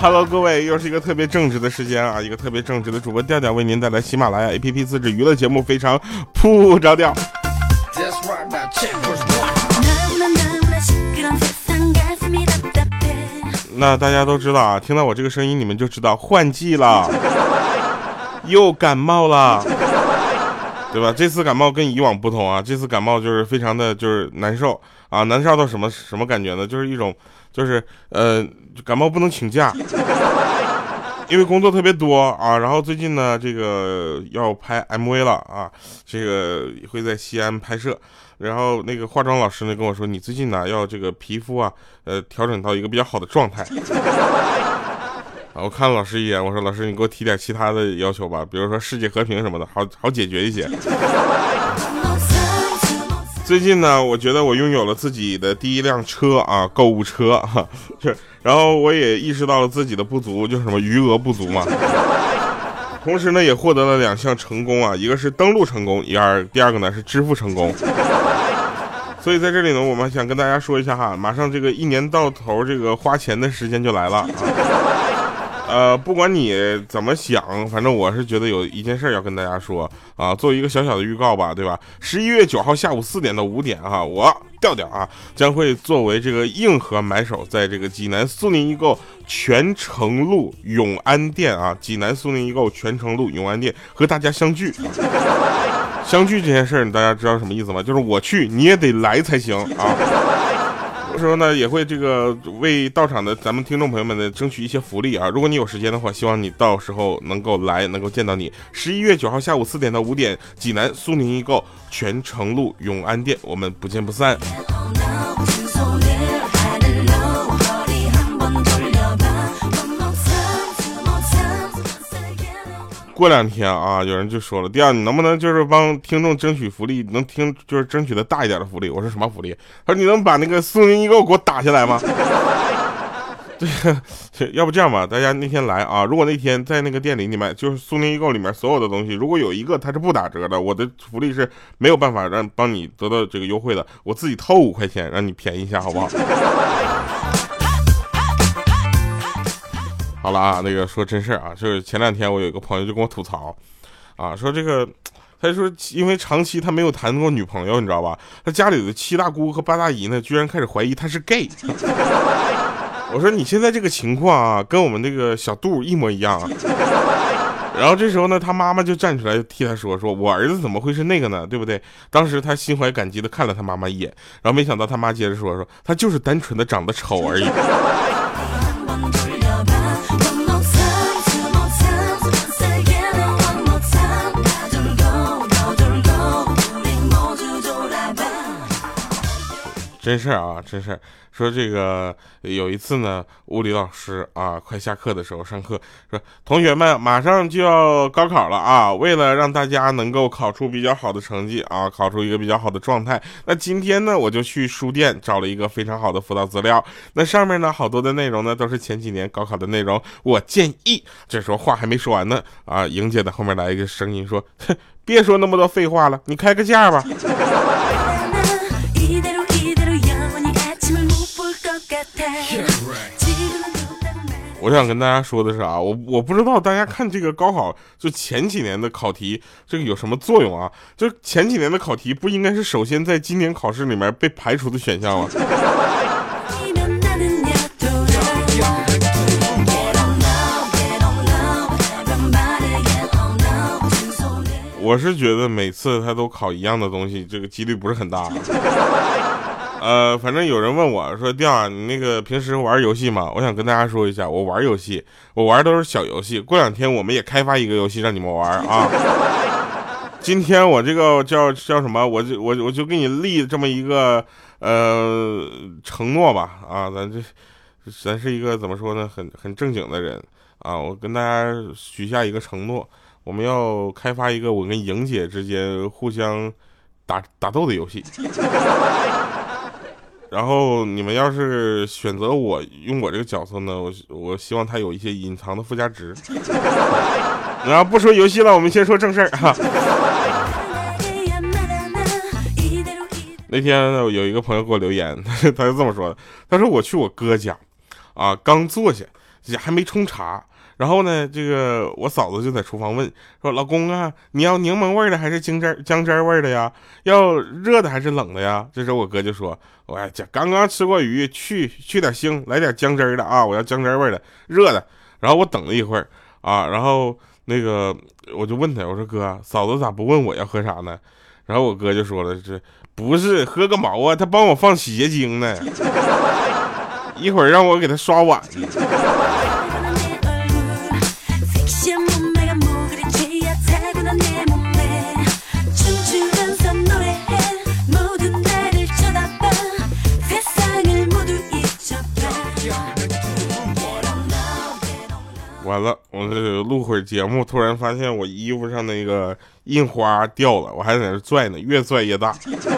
Hello， 各位，又是一个特别正直的时间啊，一个特别正直的主播调调为您带来喜马拉雅 APP 自制娱乐节目，非常不着调。那大家都知道啊，听到我这个声音，你们就知道换季了，又感冒了，对吧？这次感冒跟以往不同啊，这次感冒就是非常的就是难受啊，难受到什么感觉呢？就是一种就是感冒不能请假，因为工作特别多啊。然后最近呢，这个要拍 MV 了啊，这个会在西安拍摄。然后那个化妆老师呢跟我说，你最近呢要这个皮肤啊，调整到一个比较好的状态。啊，我看了老师一眼，我说老师你给我提点其他的要求吧，比如说世界和平什么的，好解决一些。最近呢，我觉得我拥有了自己的第一辆车啊，购物车哈，然后我也意识到了自己的不足，就是什么余额不足嘛。同时呢，也获得了2项成功啊，一个是登录成功，第二个呢是支付成功。所以在这里呢，我们想跟大家说一下哈，马上这个一年到头这个花钱的时间就来了啊。不管你怎么想，反正我是觉得有一件事要跟大家说啊，做一个小小的预告吧，对吧？11月9号下午4点到5点哈，我调调啊将会作为这个硬核买手，在这个济南苏宁易购泉城路永安店啊，济南苏宁易购泉城路永安店和大家相聚。相聚这件事儿，大家知道什么意思吗？就是我去，你也得来才行啊。有时候呢，也会这个为到场的咱们听众朋友们呢争取一些福利啊。如果你有时间的话，希望你到时候能够来，能够见到你。11月9号下午4点到5点，济南苏宁易购泉城路永安店，我们不见不散。过2天啊，有人就说了，第二，你能不能就是帮听众争取福利，能就是争取的大一点的福利？我说什么福利？他说你能把那个苏宁易购给我打下来吗？对，要不这样吧，大家那天来啊，如果那天在那个店里你买，就是苏宁易购里面所有的东西，如果有一个它是不打折的，我的福利是没有办法帮你得到这个优惠的，我自己掏5块钱让你便宜一下，好不好？好了啊，那个说真事儿啊，就是前2天我有一个朋友就跟我吐槽，啊，说这个，他说因为长期他没有谈过女朋友，你知道吧？他家里的7大姑和8大姨呢，居然开始怀疑他是 gay。我说你现在这个情况啊，跟我们那个小杜一模一样啊。然后这时候呢，他妈妈就站出来替他说我儿子怎么会是那个呢？对不对？当时他心怀感激的看了他妈妈一眼，然后没想到他妈接着说他就是单纯的长得丑而已。真事儿啊，真事儿。说这个有一次呢，物理老师啊，快下课的时候上课说，同学们马上就要高考了啊，为了让大家能够考出比较好的成绩啊，考出一个比较好的状态，那今天呢，我就去书店找了一个非常好的辅导资料，那上面呢好多的内容呢都是前几年高考的内容，我建议，这时候话还没说完呢啊，莹姐的后面来一个声音说，别说那么多废话了，你开个价吧。我想跟大家说的是啊，我不知道大家看这个高考就前几年的考题这个有什么作用啊？就前几年的考题不应该是首先在今年考试里面被排除的选项吗？我是觉得每次他都考一样的东西，这个几率不是很大。反正有人问我说，调啊，你那个平时玩游戏吗？我想跟大家说一下，我玩游戏，我玩都是小游戏。过2天我们也开发一个游戏让你们玩啊。今天我这个叫什么？我就给你立这么一个承诺吧啊，咱是一个怎么说呢，很正经的人啊。我跟大家许下一个承诺，我们要开发一个我跟莹姐之间互相打斗的游戏。然后你们要是选择我用我这个角色呢，我希望他有一些隐藏的附加值。然后不说游戏了，我们先说正事儿哈。那天有一个朋友给我留言，他就这么说的，他说我去我哥家啊，刚坐下， 还没冲茶。然后呢，这个我嫂子就在厨房问说：“老公啊，你要柠檬味的还是姜汁味的呀？要热的还是冷的呀？”这时候我哥就说：“我刚刚吃过鱼，去点腥，来点姜汁的啊！我要姜汁味的，热的。”然后我等了一会儿啊，然后那个我就问他，我说：“哥，嫂子咋不问我要喝啥呢？”然后我哥就说了：“这不是喝个毛啊，他帮我放洗洁精呢，一会儿让我给他刷碗。”完了，我这录会儿节目，突然发现我衣服上那个印花掉了，我还在那拽呢，越拽越大，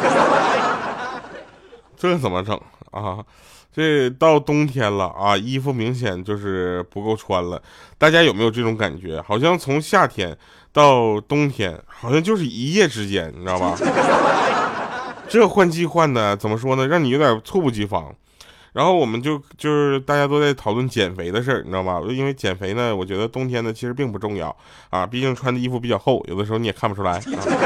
这怎么整啊？这到冬天了啊，衣服明显就是不够穿了。大家有没有这种感觉？好像从夏天到冬天，好像就是一夜之间，你知道吧？这换季换的怎么说呢？让你有点猝不及防。然后我们就是大家都在讨论减肥的事儿，你知道吗？因为减肥呢，我觉得冬天呢其实并不重要啊，毕竟穿的衣服比较厚，有的时候你也看不出来。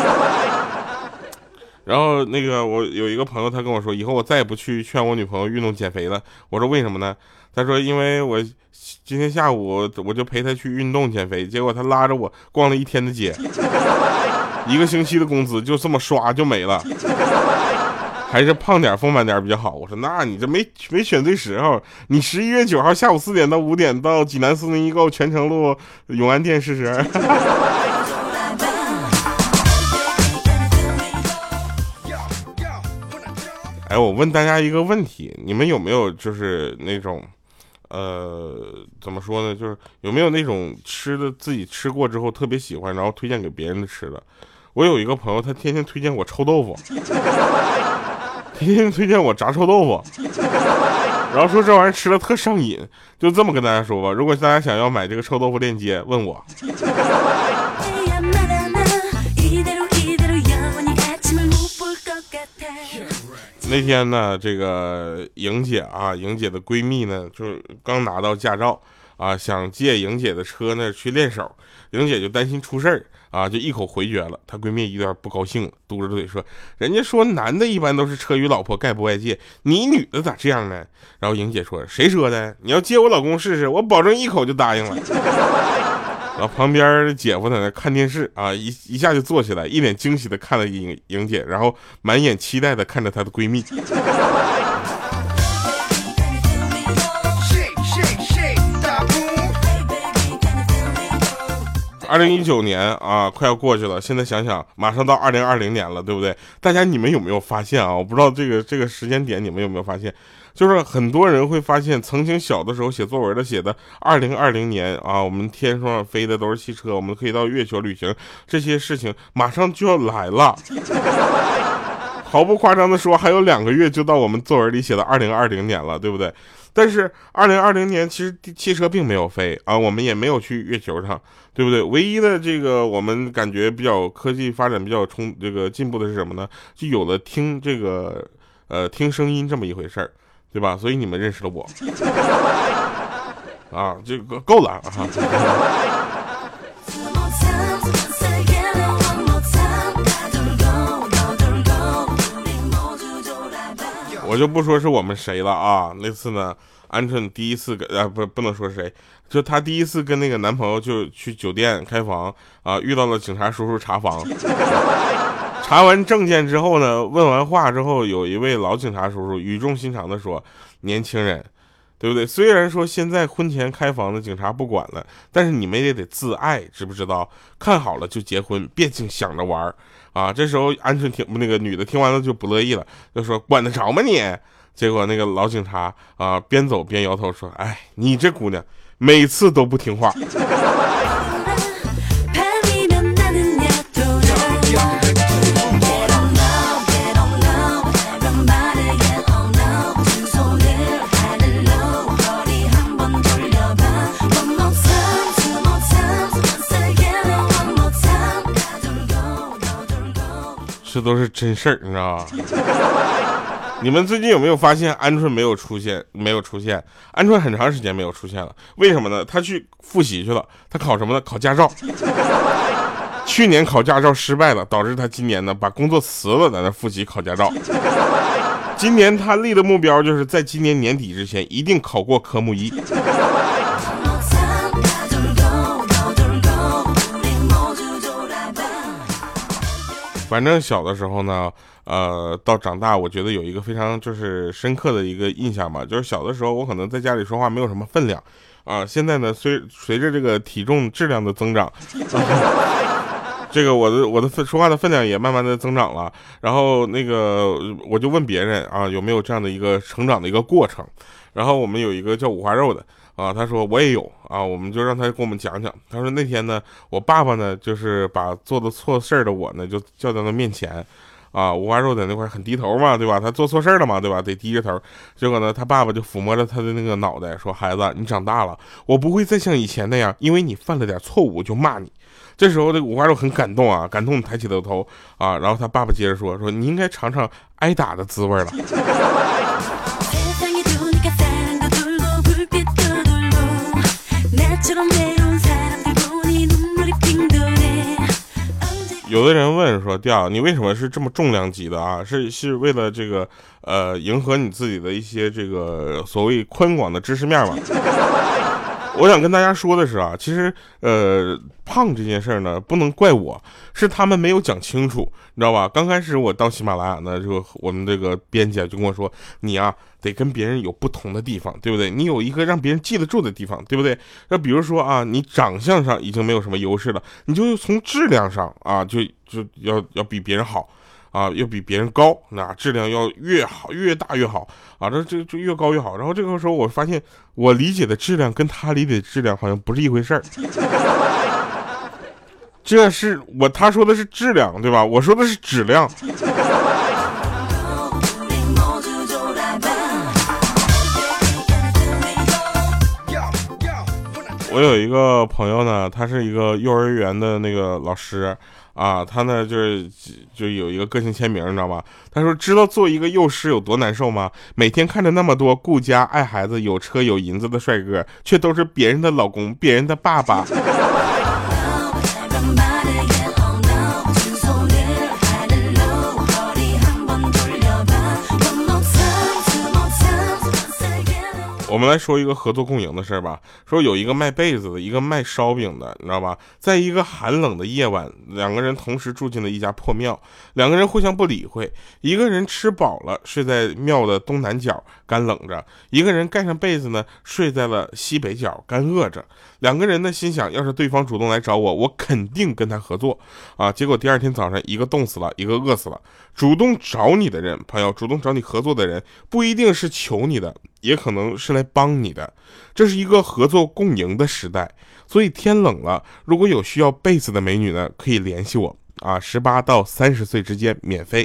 然后那个我有一个朋友，他跟我说，以后我再也不去劝我女朋友运动减肥了。我说为什么呢？他说因为我今天下午我就陪她去运动减肥，结果她拉着我逛了一天的街，1个星期的工资就这么刷就没了。还是胖点丰满点比较好。我说那你这没选对时候，你11月9号下午4点到5点到济南4010全程路永安店试试。哎，我问大家一个问题，你们有没有就是那种怎么说呢，就是有没有那种吃的自己吃过之后特别喜欢，然后推荐给别人吃的？我有一个朋友，他天天推荐我臭豆腐，天天推荐我炸臭豆腐，然后说这玩意儿吃了特上瘾。就这么跟大家说吧，如果大家想要买这个臭豆腐链接，问我。那天呢，这个莹姐的闺蜜呢，就是刚拿到驾照啊，想借莹姐的车呢去练手，莹姐就担心出事儿啊，就一口回绝了。她闺蜜有点不高兴了，嘟着嘴说：“人家说男的一般都是车与老婆概不外借，你女的咋这样呢？”然后莹姐说：“谁说的？你要借我老公试试，我保证一口就答应了。”然后旁边姐夫在那看电视啊，一下就坐起来，一脸惊喜的看了莹姐，然后满眼期待的看着她的闺蜜。2019年啊，快要过去了，现在想想，马上到2020年了，对不对？大家你们有没有发现啊？我不知道这个时间点你们有没有发现，就是很多人会发现，曾经小的时候写作文的写的2020年啊，我们天上飞的都是汽车，我们可以到月球旅行，这些事情马上就要来了。毫不夸张的说，还有2个月就到我们作文里写的2020年了，对不对？但是2020年其实汽车并没有飞啊，我们也没有去月球上，对不对？唯一的这个我们感觉比较科技发展比较这个进步的是什么呢？就有了听这个听声音这么一回事儿，对吧？所以你们认识了我啊，这个够了啊。我就不说是我们谁了啊，那次呢，鹌鹑第一次跟不能说谁，就她第一次跟那个男朋友就去酒店开房啊，遇到了警察叔叔查房，查完证件之后呢，问完话之后，有一位老警察叔叔语重心长的说：“年轻人，对不对？虽然说现在婚前开房的警察不管了，但是你们也得自爱，知不知道？看好了就结婚，别净想着玩啊！”这时候鹌鹑那个女的听完了就不乐意了，就说：“管得着吗你？”结果那个老警察啊，边走边摇头说：“哎，你这姑娘每次都不听话。”这都是真事儿，你知道吧？ 你们最近有没有发现鹌鹑没有出现？鹌鹑很长时间没有出现了，为什么呢？他去复习去了，他考什么呢？考驾照。去年考驾照失败了，导致他今年呢把工作辞了，在那复习考驾照。今年他立的目标就是在今年年底之前一定考过科目1。反正小的时候呢，到长大，我觉得有一个非常就是深刻的一个印象吧，就是小的时候我可能在家里说话没有什么分量，啊，现在呢随着这个体重质量的增长，这个我的说话的分量也慢慢的增长了，然后那个我就问别人啊有没有这样的一个成长的一个过程，然后我们有一个叫五花肉的。啊，他说我也有啊，我们就让他给我们讲讲。他说那天呢，我爸爸呢就是把做的错事儿的我呢就叫到了面前，啊，五花肉在那块很低头嘛，对吧？他做错事儿了嘛，对吧？得低着头。结果呢，他爸爸就抚摸着他的那个脑袋，说：“孩子，你长大了，我不会再像以前那样，因为你犯了点错误就骂你。”这时候这个五花肉很感动啊，感动抬起了头啊，然后他爸爸接着说：“你应该尝尝挨打的滋味了。”有的人问说，调你为什么是这么重量级的啊？是为了这个迎合你自己的一些这个所谓宽广的知识面吗？我想跟大家说的是啊，其实胖这件事呢，不能怪我，是他们没有讲清楚，你知道吧？刚开始我到喜马拉雅呢，就我们这个编辑就跟我说，你啊得跟别人有不同的地方，对不对？你有一个让别人记得住的地方，对不对？那比如说啊，你长相上已经没有什么优势了，你就从质量上啊，就要比别人好。啊，要比别人高，那质量要越好，越大越好啊，这越高越好。然后这个时候我发现，我理解的质量跟他理解的质量好像不是一回事儿。这是他说的是质量，对吧？我说的是质量。我有一个朋友呢，他是一个幼儿园的那个老师。啊，他呢就有一个个性签名，你知道吗？他说知道做一个幼师有多难受吗？每天看着那么多顾家爱孩子有车有银子的帅哥，却都是别人的老公别人的爸爸。我们来说一个合作共赢的事儿吧。说有一个卖被子的，一个卖烧饼的，你知道吧？在一个寒冷的夜晚，两个人同时住进了一家破庙，两个人互相不理会。一个人吃饱了，睡在庙的东南角，干冷着；一个人盖上被子呢，睡在了西北角，干饿着。两个人呢心想，要是对方主动来找我，我肯定跟他合作啊。结果第二天早上，一个冻死了，一个饿死了。主动找你的人，朋友，主动找你合作的人，不一定是求你的，也可能是来帮你的。这是一个合作共赢的时代，所以天冷了，如果有需要被子的美女呢，可以联系我啊，18到30岁之间免费。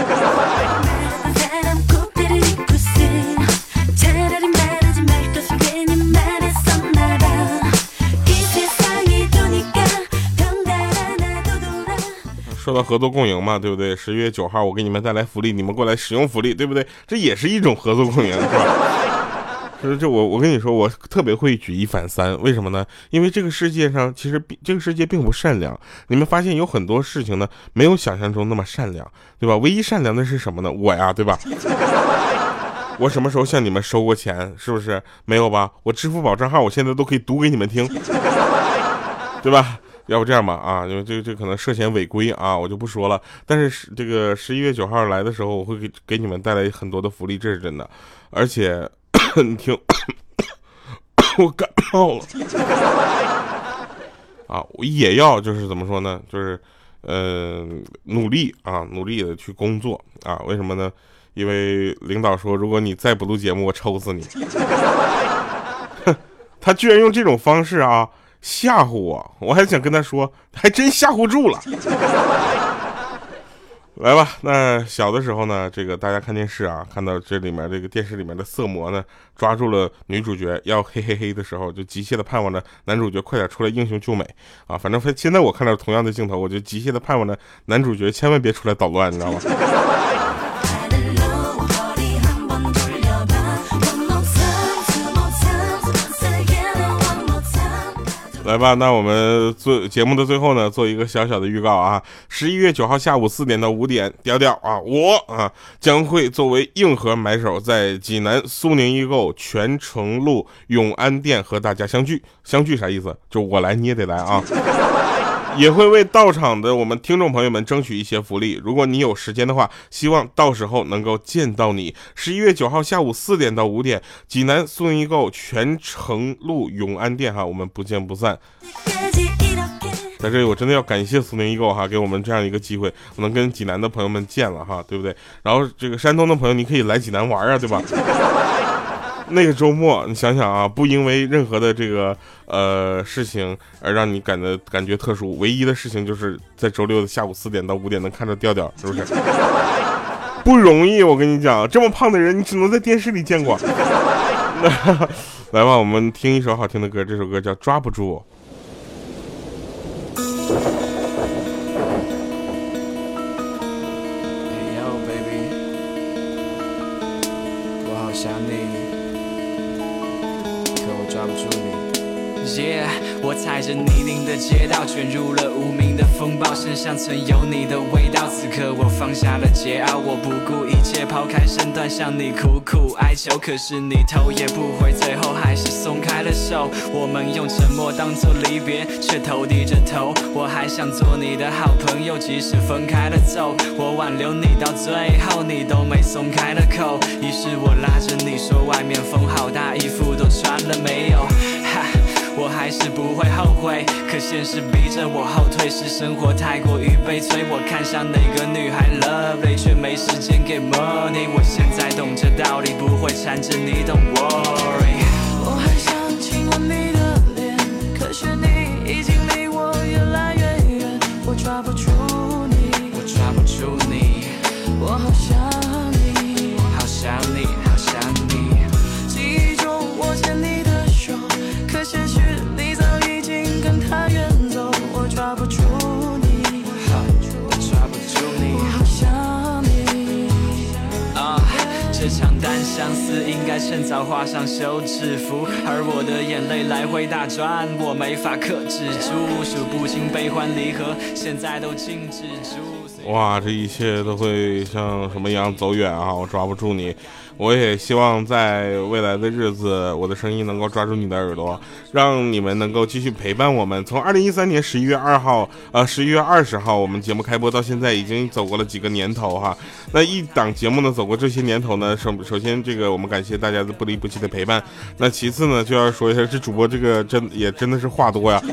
说到合作共赢嘛，对不对？11月9号我给你们带来福利，你们过来使用福利，对不对？这也是一种合作共赢，是吧？这我跟你说，我特别会举一反三，为什么呢？因为这个世界上其实这个世界并不善良，你们发现有很多事情呢没有想象中那么善良，对吧？唯一善良的是什么呢？我呀，对吧？我什么时候向你们收过钱？是不是没有吧？我支付宝账号我现在都可以读给你们听，对吧？要不这样吧啊，因为这可能涉嫌违规啊，我就不说了。但是这个11月9号来的时候，我会给你们带来很多的福利，这是真的。而且你听，我感冒了啊，我也要就是怎么说呢？就是努力的去工作啊。为什么呢？因为领导说，如果你再不录节目，我抽死你。他居然用这种方式啊吓唬我，我还想跟他说，还真吓唬住了。来吧，那小的时候呢，这个大家看电视啊，看到这里面这个电视里面的色魔呢，抓住了女主角要嘿嘿嘿的时候，就急切的盼望着男主角快点出来英雄救美啊。反正现在我看到同样的镜头，我就急切的盼望着男主角千万别出来捣乱，你知道吗？ 来吧，那我们做节目的最后呢，做一个小小的预告啊。11月9号下午4点到5点，调调啊，我将会作为硬核买手，在济南苏宁易购泉城路永安店和大家相聚。相聚啥意思？就我来你也得来啊。也会为到场的我们听众朋友们争取一些福利。如果你有时间的话，希望到时候能够见到你。11月9号下午4点到5点，济南苏宁易购泉城路永安店哈，我们不见不散。在这里我真的要感谢苏宁易购哈，给我们这样一个机会，我能跟济南的朋友们见了哈，对不对？然后这个山东的朋友你可以来济南玩啊，对吧？那个周末你想想啊，不因为任何的这个事情而让你感觉特殊，唯一的事情就是在周六的下午4点到5点能看着调调，是不是？不容易，我跟你讲，这么胖的人你只能在电视里见过。来吧，我们听一首好听的歌，这首歌叫《抓不住我》。 我踩着泥泞的街道，卷入了无名的风暴，身上曾有你的味道。此刻我放下了桀骜，我不顾一切抛开身段向你苦苦哀求，可是你头也不回，最后还是松开了手。我们用沉默当作离别，却头低着头。我还想做你的好朋友，即使分开了走。我挽留你到最后，你都没松开了口。于是我拉着你说，外面风好大，衣服都穿了没有？哈，我还是不会后悔，可现实逼着我后退，是生活太过于悲催。我看向哪个女孩 lovely， 却没时间给 money。我现在懂这道理，不会缠着你 ，Don't worry。 我还想亲吻你的脸，可是你已经离我越来越远，我抓不住你， 我抓不住你， 我好想你， 好想你，好想你。 记忆中我牵你的手，可现实你早已经跟他远走，我抓不住你， 我抓不住你， 我好想你。 这场单相思应该趁早画上休止符，而我的眼泪来回打转，我没法克制住，数不清悲欢离合，现在都静止住。 哇，这一切都会像什么一样走远啊！我抓不住你。我也希望在未来的日子，我的声音能够抓住你的耳朵，让你们能够继续陪伴我们。从2013年11月20号，我们节目开播到现在，已经走过了几个年头哈。那一档节目呢，走过这些年头呢，首先这个我们感谢大家的不离不弃的陪伴。那其次呢，就要说一下，这主播这个真的是话多呀。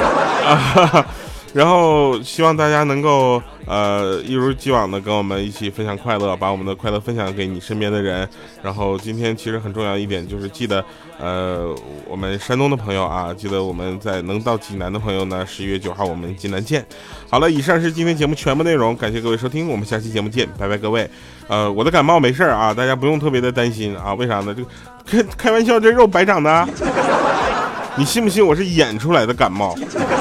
然后希望大家能够一如既往的跟我们一起分享快乐，把我们的快乐分享给你身边的人。然后今天其实很重要一点就是记得我们山东的朋友啊，记得我们能到济南的朋友呢，11月9号我们济南见。好了，以上是今天节目全部内容，感谢各位收听，我们下期节目见，拜拜各位。我的感冒没事啊，大家不用特别的担心啊，为啥呢？这个开玩笑，这肉白长的，你信不信我是演出来的感冒？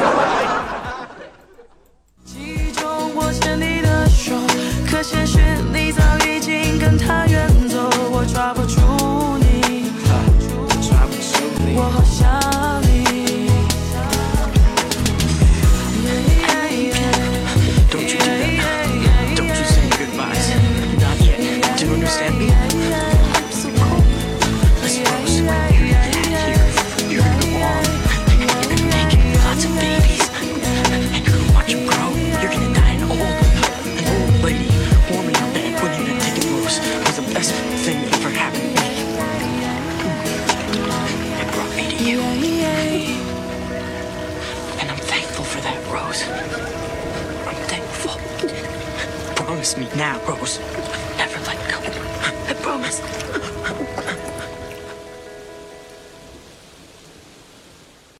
现实你早已经跟他远走，我抓不住你， 抓不住你， 我好想你。 Don't you do that? Don't you say goodbyes? Not yet. Do you understand me? So cold. Let's rose. You're gonna go on. You're gonna make lots of babies, and you're gonna watch them grow. You're gonna die an old lady. Warming your bed when you're taking rose was the best thing that ever happened to me. It brought me to you. And I'm thankful for that, Rose. I'm thankful. Promise me now, Rose.